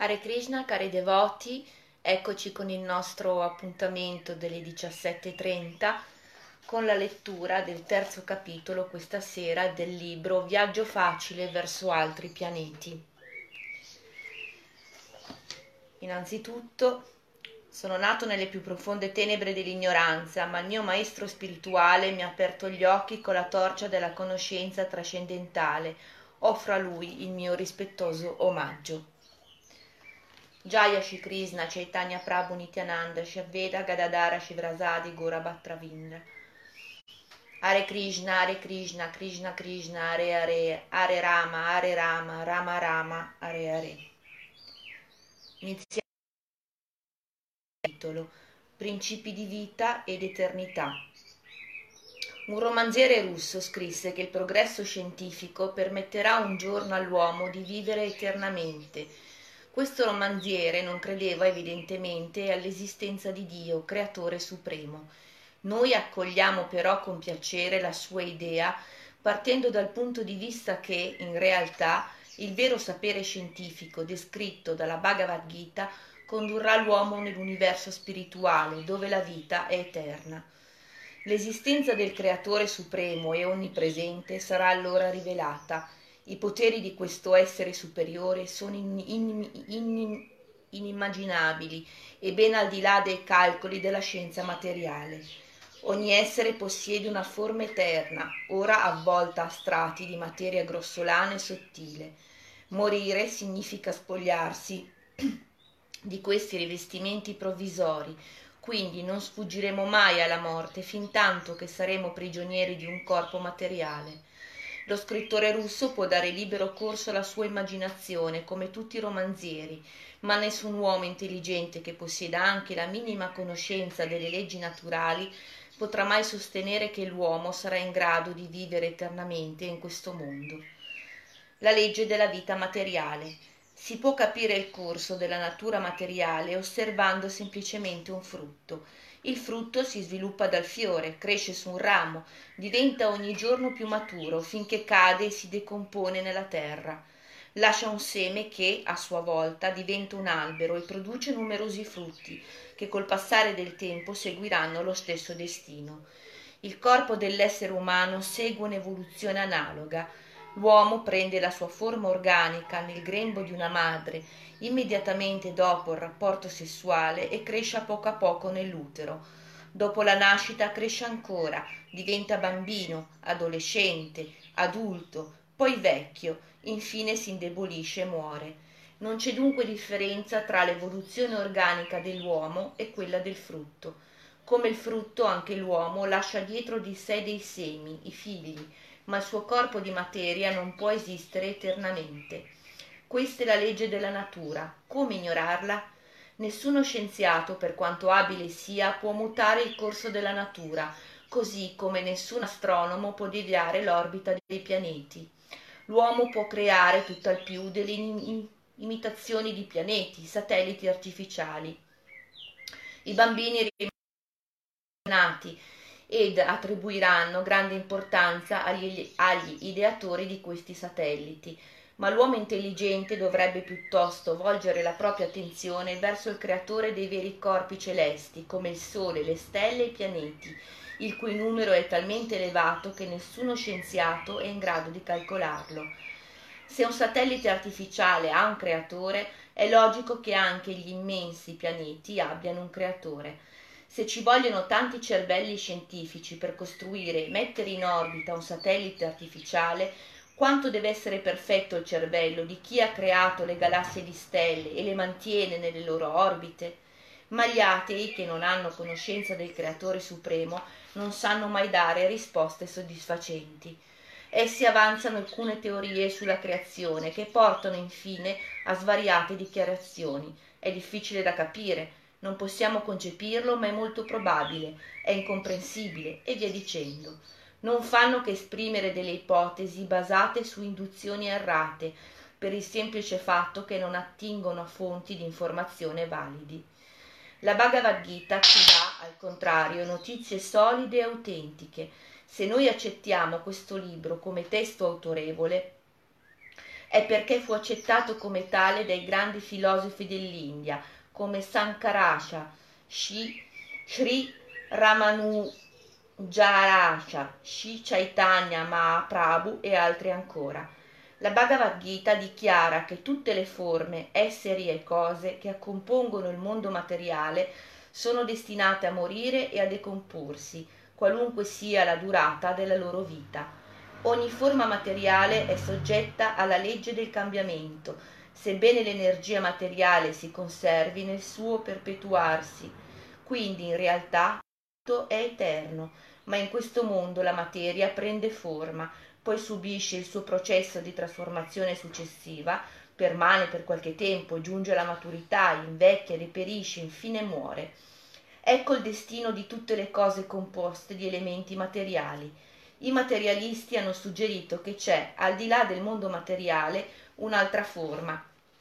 Hare Krishna, cari devoti, eccoci con il nostro appuntamento delle 17:30 con la lettura del terzo capitolo questa sera del libro Viaggio facile verso altri pianeti. Innanzitutto, sono nato nelle più profonde tenebre dell'ignoranza, ma il mio maestro spirituale mi ha aperto gli occhi con la torcia della conoscenza trascendentale. Offro a lui il mio rispettoso omaggio. Jaya Shri Krishna, Chaitanya Prabhu Nityananda, Shri Advaita Gadadhara Shivrasadi Gora Bhattravindra. Hare Krishna, Krishna Krishna, Hare Hare, Hare Rama, Rama Rama, Hare Hare. Iniziamo il titolo, Principi di vita ed eternità. Un romanziere russo scrisse che il progresso scientifico permetterà un giorno all'uomo di vivere eternamente. Questo romanziere non credeva evidentemente all'esistenza di Dio, creatore supremo. Noi accogliamo però con piacere la sua idea, partendo dal punto di vista che, in realtà, il vero sapere scientifico descritto dalla Bhagavad Gita condurrà l'uomo nell'universo spirituale, dove la vita è eterna. L'esistenza del Creatore supremo e onnipresente sarà allora rivelata. I poteri di questo essere superiore sono inimmaginabili e ben al di là dei calcoli della scienza materiale. Ogni essere possiede una forma eterna, ora avvolta a strati di materia grossolana e sottile. Morire significa spogliarsi di questi rivestimenti provvisori, quindi non sfuggiremo mai alla morte fintanto che saremo prigionieri di un corpo materiale. Lo scrittore russo può dare libero corso alla sua immaginazione, come tutti i romanzieri, ma nessun uomo intelligente che possieda anche la minima conoscenza delle leggi naturali potrà mai sostenere che l'uomo sarà in grado di vivere eternamente in questo mondo. La legge della vita materiale. Si può capire il corso della natura materiale osservando semplicemente un frutto. Il frutto si sviluppa dal fiore, cresce su un ramo, diventa ogni giorno più maturo finché cade e si decompone nella terra. Lascia un seme che, a sua volta, diventa un albero e produce numerosi frutti, che col passare del tempo seguiranno lo stesso destino. Il corpo dell'essere umano segue un'evoluzione analoga. L'uomo prende la sua forma organica nel grembo di una madre immediatamente dopo il rapporto sessuale e cresce a poco nell'utero. Dopo la nascita cresce ancora, diventa bambino, adolescente, adulto, poi vecchio, infine si indebolisce e muore. Non c'è dunque differenza tra l'evoluzione organica dell'uomo e quella del frutto. Come il frutto, anche l'uomo lascia dietro di sé dei semi, i figli, ma il suo corpo di materia non può esistere eternamente. Questa è la legge della natura. Come ignorarla? Nessuno scienziato, per quanto abile sia, può mutare il corso della natura, così come nessun astronomo può deviare l'orbita dei pianeti. L'uomo può creare tutt'al più delle imitazioni di pianeti, satelliti artificiali. I bambini nati ed attribuiranno grande importanza agli ideatori di questi satelliti, ma l'uomo intelligente dovrebbe piuttosto volgere la propria attenzione verso il creatore dei veri corpi celesti, come il Sole, le stelle e i pianeti, il cui numero è talmente elevato che nessuno scienziato è in grado di calcolarlo. Se un satellite artificiale ha un creatore, è logico che anche gli immensi pianeti abbiano un creatore. Se ci vogliono tanti cervelli scientifici per costruire e mettere in orbita un satellite artificiale, quanto deve essere perfetto il cervello di chi ha creato le galassie di stelle e le mantiene nelle loro orbite? Ma gli atei, che non hanno conoscenza del Creatore Supremo, non sanno mai dare risposte soddisfacenti. Essi avanzano alcune teorie sulla creazione che portano infine a svariate dichiarazioni. È difficile da capire, non possiamo concepirlo, ma è molto probabile, è incomprensibile e via dicendo. Non fanno che esprimere delle ipotesi basate su induzioni errate, per il semplice fatto che non attingono a fonti di informazione validi. La Bhagavad Gita ci dà, al contrario, notizie solide e autentiche. Se noi accettiamo questo libro come testo autorevole, è perché fu accettato come tale dai grandi filosofi dell'India, come Sankarasha, Sri Ramanujarasha, Sri Chaitanya Mahaprabhu e altri ancora. La Bhagavad Gita dichiara che tutte le forme, esseri e cose che compongono il mondo materiale sono destinate a morire e a decomporsi, qualunque sia la durata della loro vita. Ogni forma materiale è soggetta alla legge del cambiamento, sebbene l'energia materiale si conservi nel suo perpetuarsi. Quindi in realtà tutto è eterno, ma in questo mondo la materia prende forma, poi subisce il suo processo di trasformazione successiva, permane per qualche tempo, giunge alla maturità, invecchia, deperisce, infine muore. Ecco il destino di tutte le cose composte di elementi materiali. I materialisti hanno suggerito che c'è, al di là del mondo materiale, un'altra forma,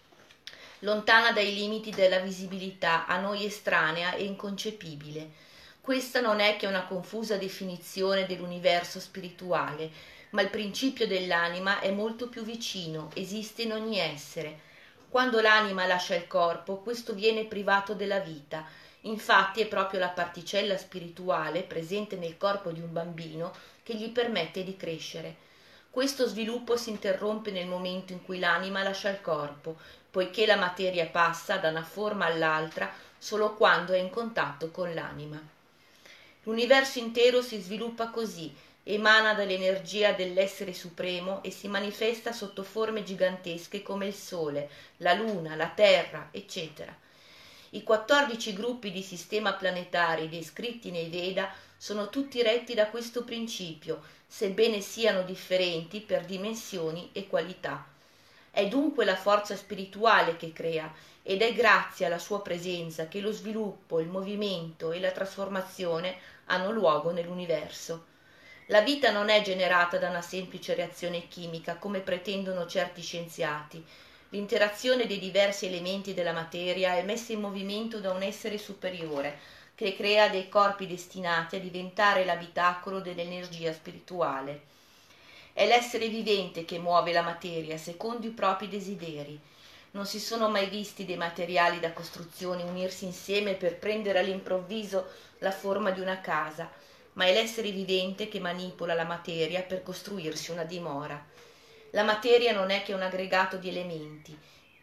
lontana dai limiti della visibilità, a noi estranea e inconcepibile. Questa non è che una confusa definizione dell'universo spirituale, ma il principio dell'anima è molto più vicino, esiste in ogni essere. Quando l'anima lascia il corpo, questo viene privato della vita. Infatti è proprio la particella spirituale presente nel corpo di un bambino che gli permette di crescere. Questo sviluppo si interrompe nel momento in cui l'anima lascia il corpo, poiché la materia passa da una forma all'altra solo quando è in contatto con l'anima. L'universo intero si sviluppa così, emana dall'energia dell'essere supremo e si manifesta sotto forme gigantesche come il Sole, la Luna, la Terra, eccetera. I 14 gruppi di sistema planetari descritti nei Veda sono tutti retti da questo principio, sebbene siano differenti per dimensioni e qualità. È dunque la forza spirituale che crea ed è grazie alla sua presenza che lo sviluppo, il movimento e la trasformazione hanno luogo nell'universo. La vita non è generata da una semplice reazione chimica, come pretendono certi scienziati. L'interazione dei diversi elementi della materia è messa in movimento da un essere superiore, che crea dei corpi destinati a diventare l'abitacolo dell'energia spirituale. È l'essere vivente che muove la materia secondo i propri desideri. Non si sono mai visti dei materiali da costruzione unirsi insieme per prendere all'improvviso la forma di una casa, ma è l'essere vivente che manipola la materia per costruirsi una dimora. La materia non è che un aggregato di elementi,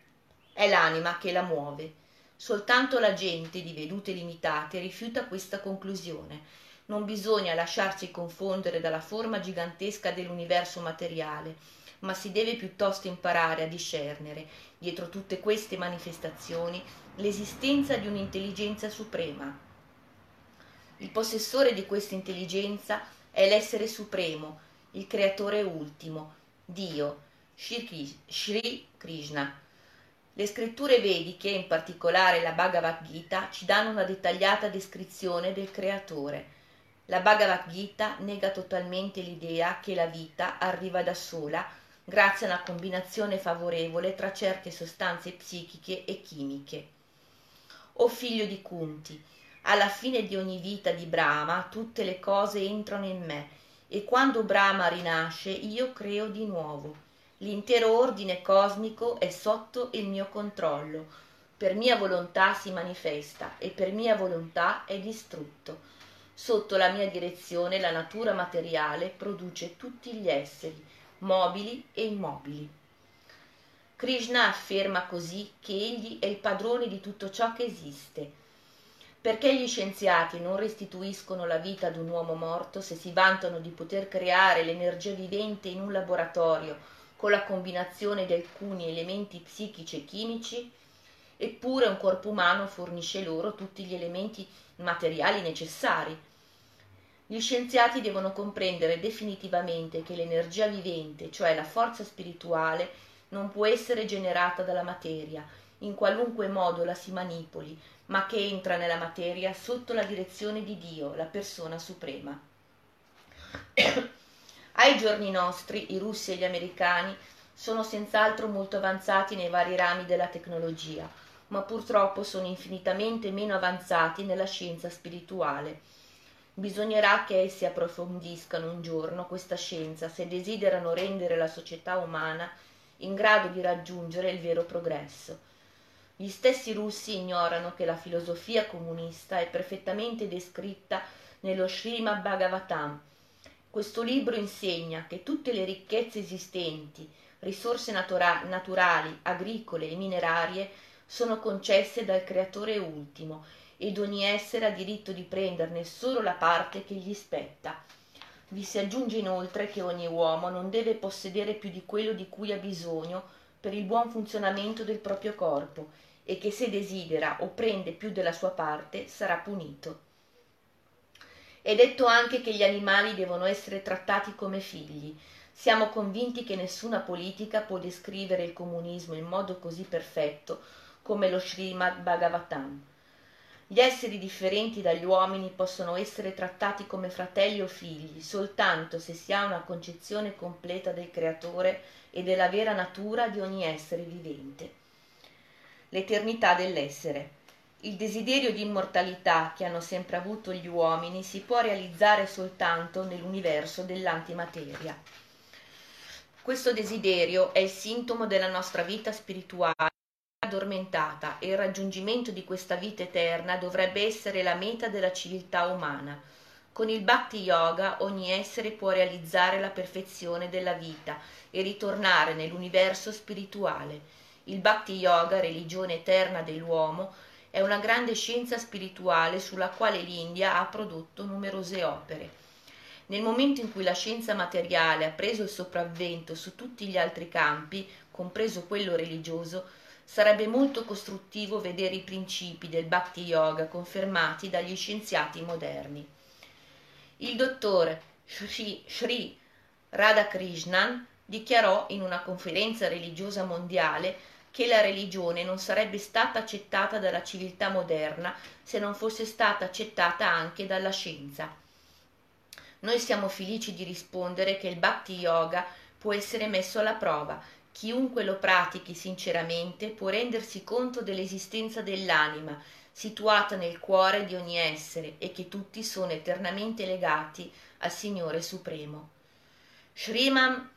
è l'anima che la muove. Soltanto la gente di vedute limitate rifiuta questa conclusione. Non bisogna lasciarci confondere dalla forma gigantesca dell'universo materiale, ma si deve piuttosto imparare a discernere, dietro tutte queste manifestazioni, l'esistenza di un'intelligenza suprema. Il possessore di questa intelligenza è l'essere supremo, il creatore ultimo, Dio, Shri Krishna. Le scritture vediche, in particolare la Bhagavad Gita, ci danno una dettagliata descrizione del creatore. La Bhagavad Gita nega totalmente l'idea che la vita arriva da sola grazie a una combinazione favorevole tra certe sostanze psichiche e chimiche. O figlio di Kunti, alla fine di ogni vita di Brahma tutte le cose entrano in me e quando Brahma rinasce io creo di nuovo. L'intero ordine cosmico è sotto il mio controllo. Per mia volontà si manifesta e per mia volontà è distrutto. Sotto la mia direzione la natura materiale produce tutti gli esseri, mobili e immobili. Krishna afferma così che egli è il padrone di tutto ciò che esiste. Perché gli scienziati non restituiscono la vita ad un uomo morto se si vantano di poter creare l'energia vivente in un laboratorio con la combinazione di alcuni elementi psichici e chimici? Eppure un corpo umano fornisce loro tutti gli elementi materiali necessari. Gli scienziati devono comprendere definitivamente che l'energia vivente, cioè la forza spirituale, non può essere generata dalla materia, in qualunque modo la si manipoli, ma che entra nella materia sotto la direzione di Dio, la persona suprema. Ai giorni nostri i russi e gli americani sono senz'altro molto avanzati nei vari rami della tecnologia, ma purtroppo sono infinitamente meno avanzati nella scienza spirituale. Bisognerà che essi approfondiscano un giorno questa scienza se desiderano rendere la società umana in grado di raggiungere il vero progresso. Gli stessi russi ignorano che la filosofia comunista è perfettamente descritta nello Srimad Bhagavatam. Questo libro insegna che tutte le ricchezze esistenti, risorse naturali, agricole e minerarie, sono concesse dal Creatore ultimo ed ogni essere ha diritto di prenderne solo la parte che gli spetta. Vi si aggiunge inoltre che ogni uomo non deve possedere più di quello di cui ha bisogno per il buon funzionamento del proprio corpo e che se desidera o prende più della sua parte sarà punito. È detto anche che gli animali devono essere trattati come figli. Siamo convinti che nessuna politica può descrivere il comunismo in modo così perfetto come lo Srimad Bhagavatam. Gli esseri differenti dagli uomini possono essere trattati come fratelli o figli soltanto se si ha una concezione completa del Creatore e della vera natura di ogni essere vivente. L'eternità dell'essere. Il desiderio di immortalità che hanno sempre avuto gli uomini si può realizzare soltanto nell'universo dell'antimateria. Questo desiderio è il sintomo della nostra vita spirituale addormentata e il raggiungimento di questa vita eterna dovrebbe essere la meta della civiltà umana. Con il Bhakti Yoga ogni essere può realizzare la perfezione della vita e ritornare nell'universo spirituale. Il Bhakti Yoga, religione eterna dell'uomo, è una grande scienza spirituale sulla quale l'India ha prodotto numerose opere. Nel momento in cui la scienza materiale ha preso il sopravvento su tutti gli altri campi, compreso quello religioso, sarebbe molto costruttivo vedere i principi del Bhakti Yoga confermati dagli scienziati moderni. Il dottor Sri Radhakrishnan dichiarò in una conferenza religiosa mondiale che la religione non sarebbe stata accettata dalla civiltà moderna se non fosse stata accettata anche dalla scienza. Noi siamo felici di rispondere che il Bhakti Yoga può essere messo alla prova. Chiunque lo pratichi sinceramente può rendersi conto dell'esistenza dell'anima, situata nel cuore di ogni essere e che tutti sono eternamente legati al Signore Supremo. Sriman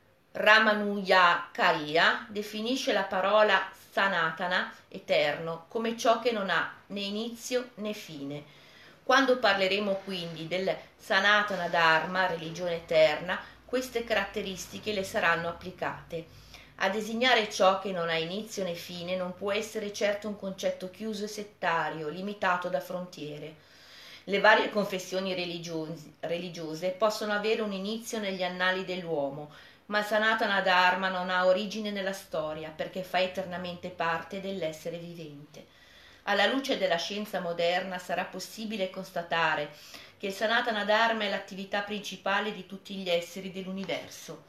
Ramanujakarya definisce la parola Sanatana, eterno, come ciò che non ha né inizio né fine. Quando parleremo quindi del Sanatana Dharma, religione eterna, queste caratteristiche le saranno applicate. A designare ciò che non ha inizio né fine non può essere certo un concetto chiuso e settario, limitato da frontiere. Le varie confessioni religiose possono avere un inizio negli annali dell'uomo, ma il Sanatana Dharma non ha origine nella storia perché fa eternamente parte dell'essere vivente. Alla luce della scienza moderna sarà possibile constatare che il Sanatana Dharma è l'attività principale di tutti gli esseri dell'universo.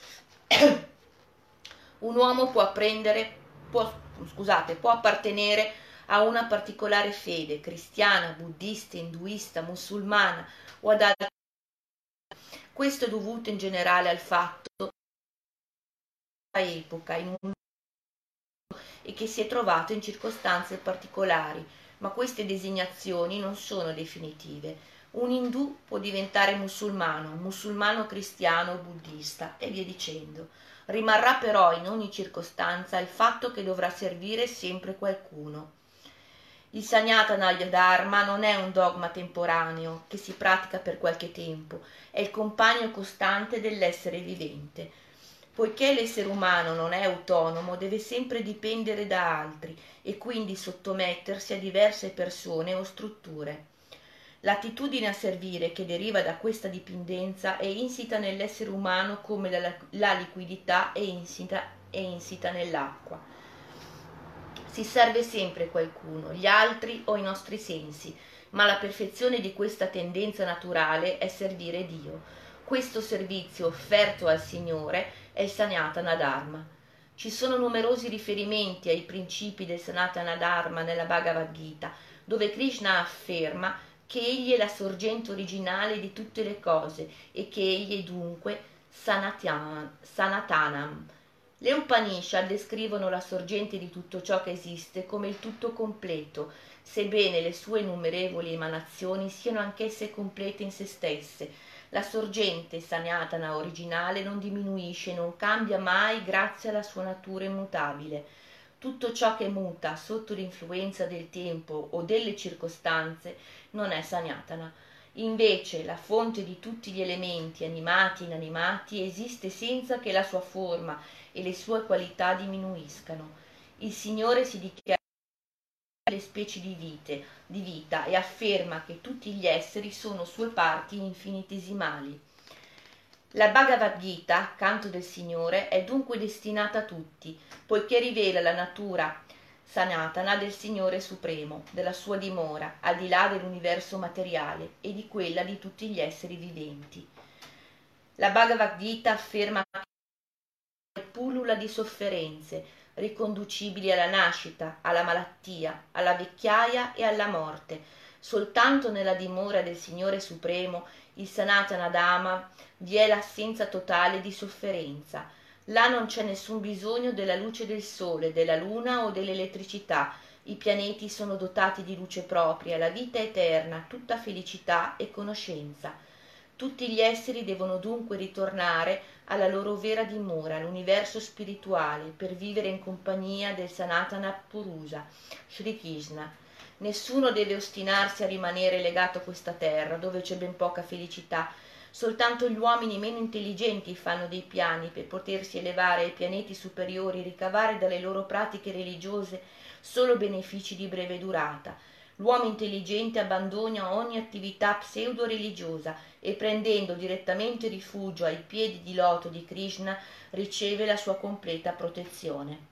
Un uomo può appartenere a una particolare fede, cristiana, buddista, induista, musulmana o ad altre. Questo è dovuto in generale al fatto che epoca in un e che si è trovato in circostanze particolari, ma queste designazioni non sono definitive. Un indù può diventare musulmano, un musulmano cristiano o buddista e via dicendo. Rimarrà però in ogni circostanza il fatto che dovrà servire sempre qualcuno. Il Sanatana Dharma non è un dogma temporaneo che si pratica per qualche tempo, è il compagno costante dell'essere vivente. Poiché l'essere umano non è autonomo, deve sempre dipendere da altri e quindi sottomettersi a diverse persone o strutture. L'attitudine a servire che deriva da questa dipendenza è insita nell'essere umano come la liquidità è insita nell'acqua. Si serve sempre qualcuno, gli altri o i nostri sensi, ma la perfezione di questa tendenza naturale è servire Dio. Questo servizio offerto al Signore è il Sanatana Dharma. Ci sono numerosi riferimenti ai principi del Sanatana Dharma nella Bhagavad Gita, dove Krishna afferma che egli è la sorgente originale di tutte le cose e che egli è dunque Sanatanam. Le Upanishad descrivono la sorgente di tutto ciò che esiste come il tutto completo, sebbene le sue innumerevoli emanazioni siano anch'esse complete in se stesse. La sorgente Sanatana originale non diminuisce, non cambia mai grazie alla sua natura immutabile. Tutto ciò che muta sotto l'influenza del tempo o delle circostanze non è Sanatana. Invece la fonte di tutti gli elementi, animati e inanimati, esiste senza che la sua forma e le sue qualità diminuiscano. Il Signore si dichiara le specie di vita e afferma che tutti gli esseri sono sue parti infinitesimali. La Bhagavad Gita, canto del Signore, è dunque destinata a tutti, poiché rivela la natura Sanatana del Signore Supremo, della sua dimora, al di là dell'universo materiale e di quella di tutti gli esseri viventi. La Bhagavad Gita afferma che pullula di sofferenze, riconducibili alla nascita, alla malattia, alla vecchiaia e alla morte. Soltanto nella dimora del Signore Supremo, il Sanatana Dhamma, vi è l'assenza totale di sofferenza. Là non c'è nessun bisogno della luce del sole, della luna o dell'elettricità. I pianeti sono dotati di luce propria, la vita è eterna, tutta felicità e conoscenza. Tutti gli esseri devono dunque ritornare alla loro vera dimora, l'universo spirituale, per vivere in compagnia del Sanatana Purusa, Sri Krishna. Nessuno deve ostinarsi a rimanere legato a questa terra, dove c'è ben poca felicità. Soltanto gli uomini meno intelligenti fanno dei piani per potersi elevare ai pianeti superiori e ricavare dalle loro pratiche religiose solo benefici di breve durata. L'uomo intelligente abbandona ogni attività pseudo-religiosa e prendendo direttamente rifugio ai piedi di loto di Krishna riceve la sua completa protezione.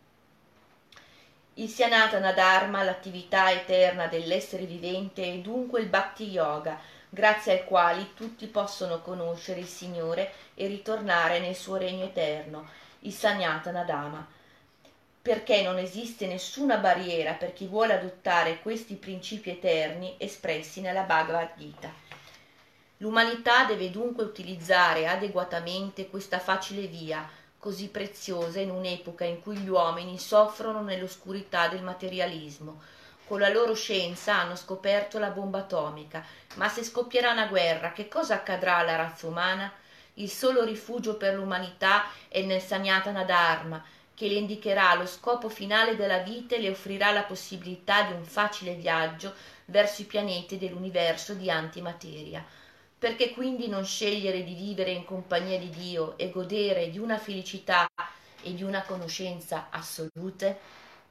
Il Sanatana Dharma, l'attività eterna dell'essere vivente, è dunque il Bhakti Yoga, grazie al quale tutti possono conoscere il Signore e ritornare nel suo regno eterno, il Sanatana Dhamma, perché non esiste nessuna barriera per chi vuole adottare questi principi eterni espressi nella Bhagavad Gita. L'umanità deve dunque utilizzare adeguatamente questa facile via, così preziosa in un'epoca in cui gli uomini soffrono nell'oscurità del materialismo. Con la loro scienza hanno scoperto la bomba atomica, ma se scoppierà una guerra, che cosa accadrà alla razza umana? Il solo rifugio per l'umanità è nel Sanatana Dharma, che le indicherà lo scopo finale della vita e le offrirà la possibilità di un facile viaggio verso i pianeti dell'universo di antimateria. Perché quindi non scegliere di vivere in compagnia di Dio e godere di una felicità e di una conoscenza assolute?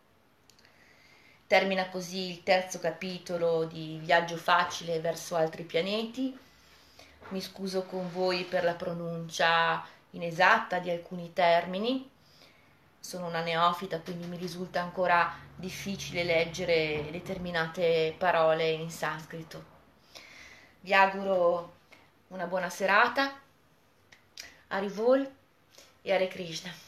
Termina così il terzo capitolo di Viaggio facile verso altri pianeti. Mi scuso con voi per la pronuncia inesatta di alcuni termini. Sono una neofita, quindi mi risulta ancora difficile leggere determinate parole in sanscrito. Vi auguro una buona serata, Harivol e Hare Krishna.